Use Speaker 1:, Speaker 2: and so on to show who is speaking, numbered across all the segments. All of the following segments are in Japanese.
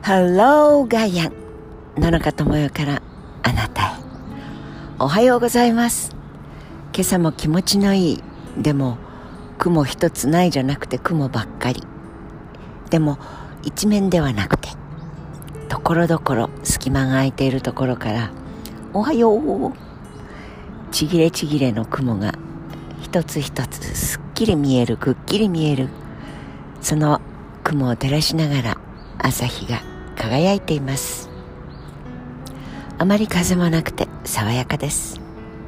Speaker 1: Hello ガイアン、野中智代からあなたへ。おはようございます。今朝も気持ちのいい、でも雲一つないじゃなくて雲ばっかり、でも一面ではなくてところどころ隙間が空いているところからおはよう、ちぎれちぎれの雲が一つ一つすっきり見える、くっきり見える。その雲を照らしながら朝日が輝いています。あまり風もなくて爽やかです。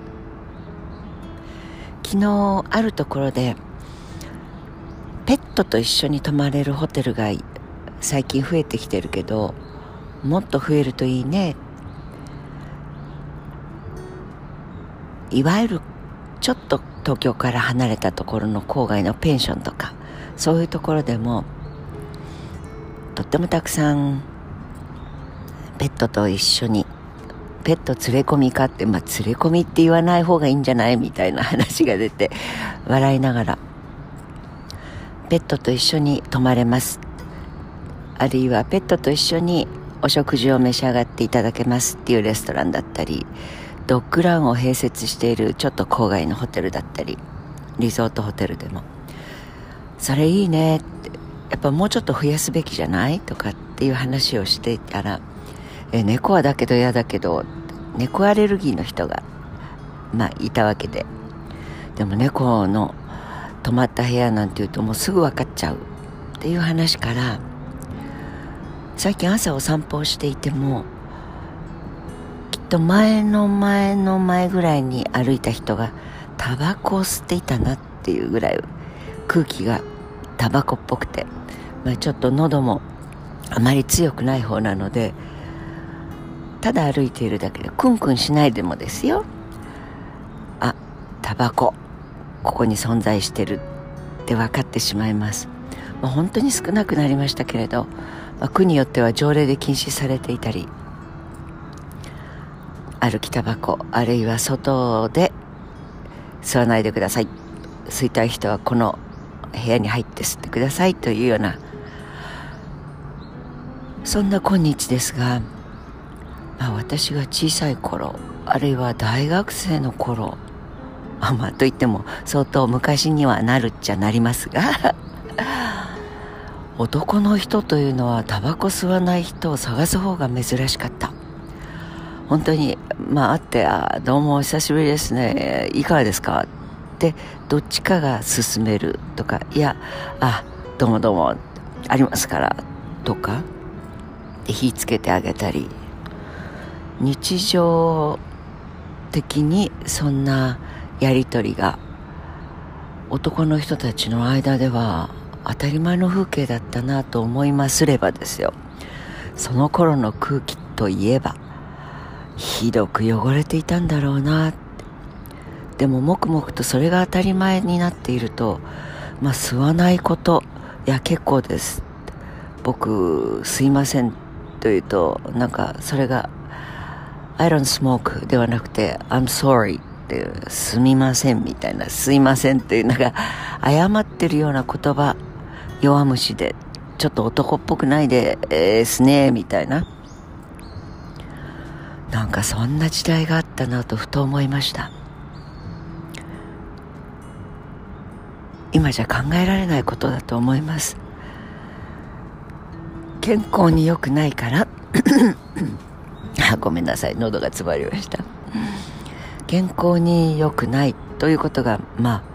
Speaker 1: 昨日あるところでペットと一緒に泊まれるホテルが最近増えてきてるけど、もっと増えるといいね。いわゆるちょっと東京から離れたところの郊外のペンションとか、そういうところでもとってもたくさんペットと一緒に、ペット連れ込みかって、連れ込みって言わない方がいいんじゃないみたいな話が出て、笑いながらペットと一緒に泊まれます、あるいはペットと一緒にお食事を召し上がっていただけますっていうレストランだったり、ドッグランを併設しているちょっと郊外のホテルだったり、リゾートホテルでもそれいいねって、やっぱもうちょっと増やすべきじゃないとかっていう話をしていたら、猫はだけど嫌だけど、猫アレルギーの人がいたわけで、でも猫の泊まった部屋なんていうともうすぐ分かっちゃうっていう話から、最近朝お散歩をしていても、きっと前の前の前ぐらいに歩いた人がタバコを吸っていたなっていうぐらい空気がタバコっぽくて、ちょっと喉もあまり強くない方なので、ただ歩いているだけでクンクンしないでもですよ、タバコここに存在してるって分かってしまいます。本当に少なくなりましたけれど、区によっては条例で禁止されていたり、歩きタバコあるいは外で吸わないでください、吸いたい人はこの部屋に入って吸ってくださいというような、そんな今日ですが、私が小さい頃、あるいは大学生の頃、といっても相当昔にはなるっちゃなりますが男の人というのはタバコ吸わない人を探す方が珍しかった。本当に会ってどうもお久しぶりですね、いかがですかってどっちかが勧めるとか、いやどうもどうもありますからとかで火つけてあげたり、日常的にそんなやりとりが男の人たちの間では当たり前の風景だったなと思いますればですよ、その頃の空気といえばひどく汚れていたんだろうなって。でも黙々とそれが当たり前になっていると、吸わないこと、いや結構です、僕吸いませんというと、それがI don't smoke ではなくて I'm sorry っていう、すみませんみたいな、すいませんっていう謝ってるような言葉、弱虫でちょっと男っぽくないですねみたいな、そんな時代があったなとふと思いました。今じゃ考えられないことだと思います。健康に良くないからごめんなさい、喉が詰まりました。健康に良くないということが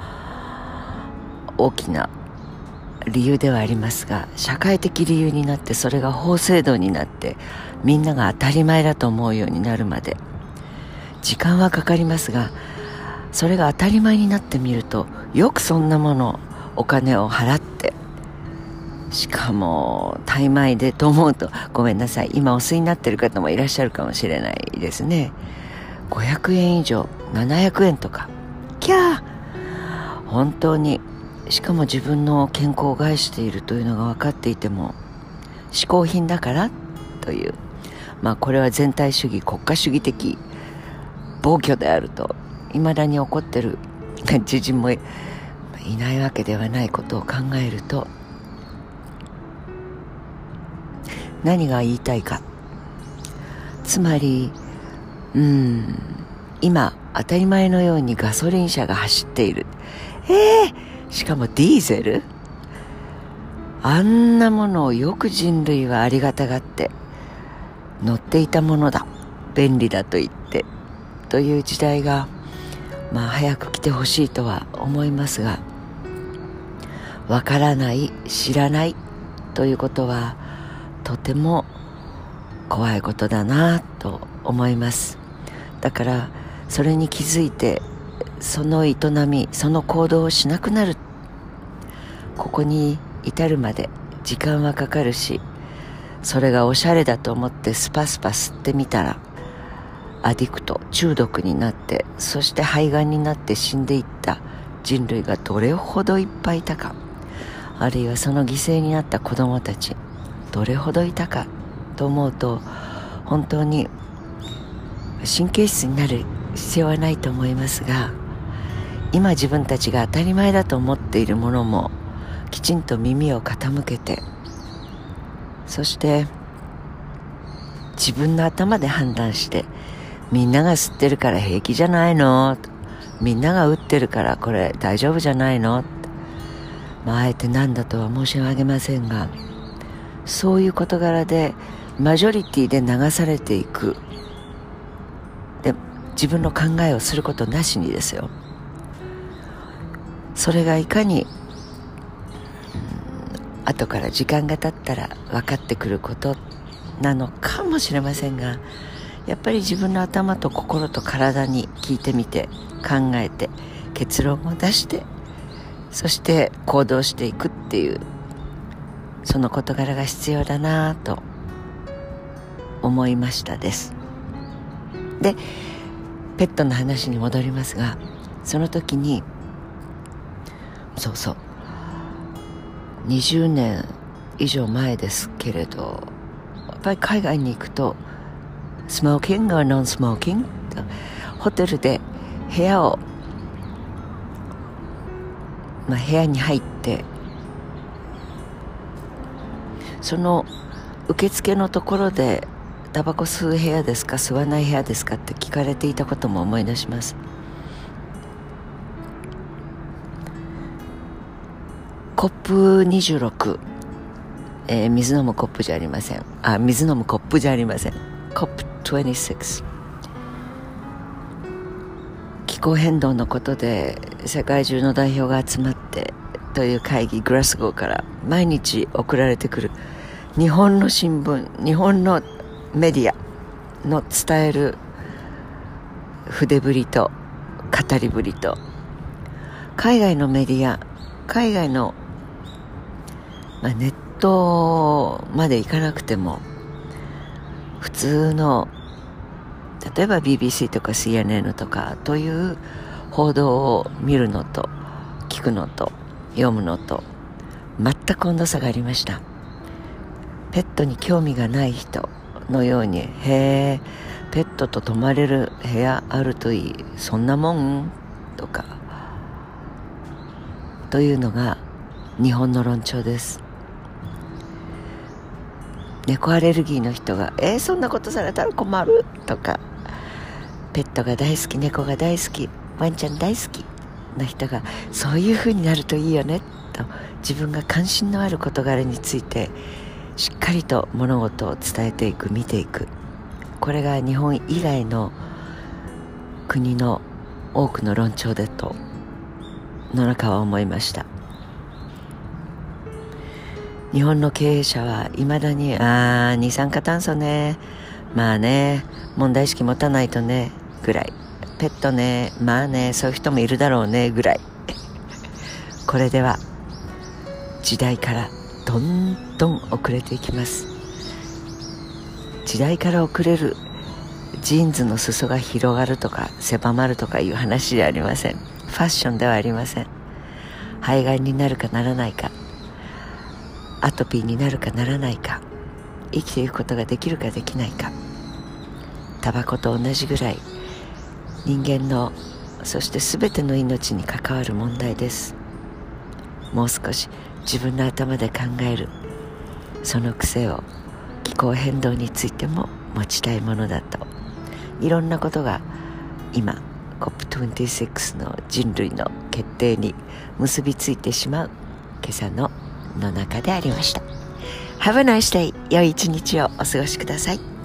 Speaker 1: 大きな理由ではありますが、社会的理由になって、それが法制度になってみんなが当たり前だと思うようになるまで時間はかかりますが、それが当たり前になってみると、よくそんなものお金を払って、しかもタイ米でと思うと、ごめんなさい、今お吸いになってる方もいらっしゃるかもしれないですね。500円以上、700円とか、キャー、本当に、しかも自分の健康を害しているというのが分かっていても、嗜好品だからという、これは全体主義、国家主義的暴挙であると未だに怒ってる知人もいないわけではないことを考えると、 何が言いたいか。つまり今当たり前のようにガソリン車が走っている。しかもディーゼル、あんなものをよく人類はありがたがって乗っていたものだ、便利だと言ってという時代が早く来てほしいとは思いますが、わからない、知らないということはとても怖いことだなと思います。だからそれに気づいて、その営み、その行動をしなくなる。ここに至るまで時間はかかるし、それがおしゃれだと思ってスパスパ吸ってみたらアディクト、中毒になって、そして肺がんになって死んでいった人類がどれほどいっぱいいたか、あるいはその犠牲になった子供たちどれほどいたかと思うと、本当に神経質になる必要はないと思いますが、今自分たちが当たり前だと思っているものもきちんと耳を傾けて、そして自分の頭で判断して、みんなが吸ってるから平気じゃないの、みんなが打ってるからこれ大丈夫じゃないの、あえて何だとは申し上げませんが、そういう事柄でマジョリティで流されていく。で、自分の考えをすることなしにですよ。それがいかに後から時間が経ったら分かってくることなのかもしれませんが、やっぱり自分の頭と心と体に聞いてみて、考えて結論を出して、そして行動していくっていう、その事柄が必要だなと思いましたです。で、ペットの話に戻りますが、その時に20年以上前ですけれど、やっぱり海外に行くとスモーキング or ノンスモーキング、ホテルで部屋に入って、その受付のところでタバコ吸う部屋ですか、吸わない部屋ですかって聞かれていたことも思い出します。コップ26、水飲むコップじゃありません。水飲むコップじゃありません。コップ26。気候変動のことで世界中の代表が集まってという会議、グラスゴーから毎日送られてくる日本の新聞、日本のメディアの伝える筆振りと語りぶりと、海外のメディア、海外のネットまで行かなくても普通の、例えば BBC とか CNN とかという報道を見るのと聞くのと読むのと全く温度差がありました。ペットに興味がない人のように、ペットと泊まれる部屋あるといい、そんなもんとかというのが日本の論調です。猫アレルギーの人がそんなことされたら困るとか、ペットが大好き、猫が大好き、ワンちゃん大好きな人がそういう風になるといいよねと、自分が関心のある事柄についてしっかりと物事を伝えていく、見ていく、これが日本以外の国の多くの論調だと野中は思いました。日本の経営者はいまだに二酸化炭素ね、問題意識持たないとねぐらい、ペットね、そういう人もいるだろうねぐらいこれでは時代からどんどん遅れていきます。時代から遅れるジーンズの裾が広がるとか狭まるとかいう話ではありません。ファッションではありません。肺がんになるかならないか、アトピーになるかならないか、生きていくことができるかできないか、タバコと同じぐらい人間の、そして全ての命に関わる問題です。もう少し自分の頭で考える、その癖を気候変動についても持ちたいものだと、いろんなことが今 COP26 の人類の決定に結びついてしまう今朝の中でありました。Have a nice day。良い一日をお過ごしください。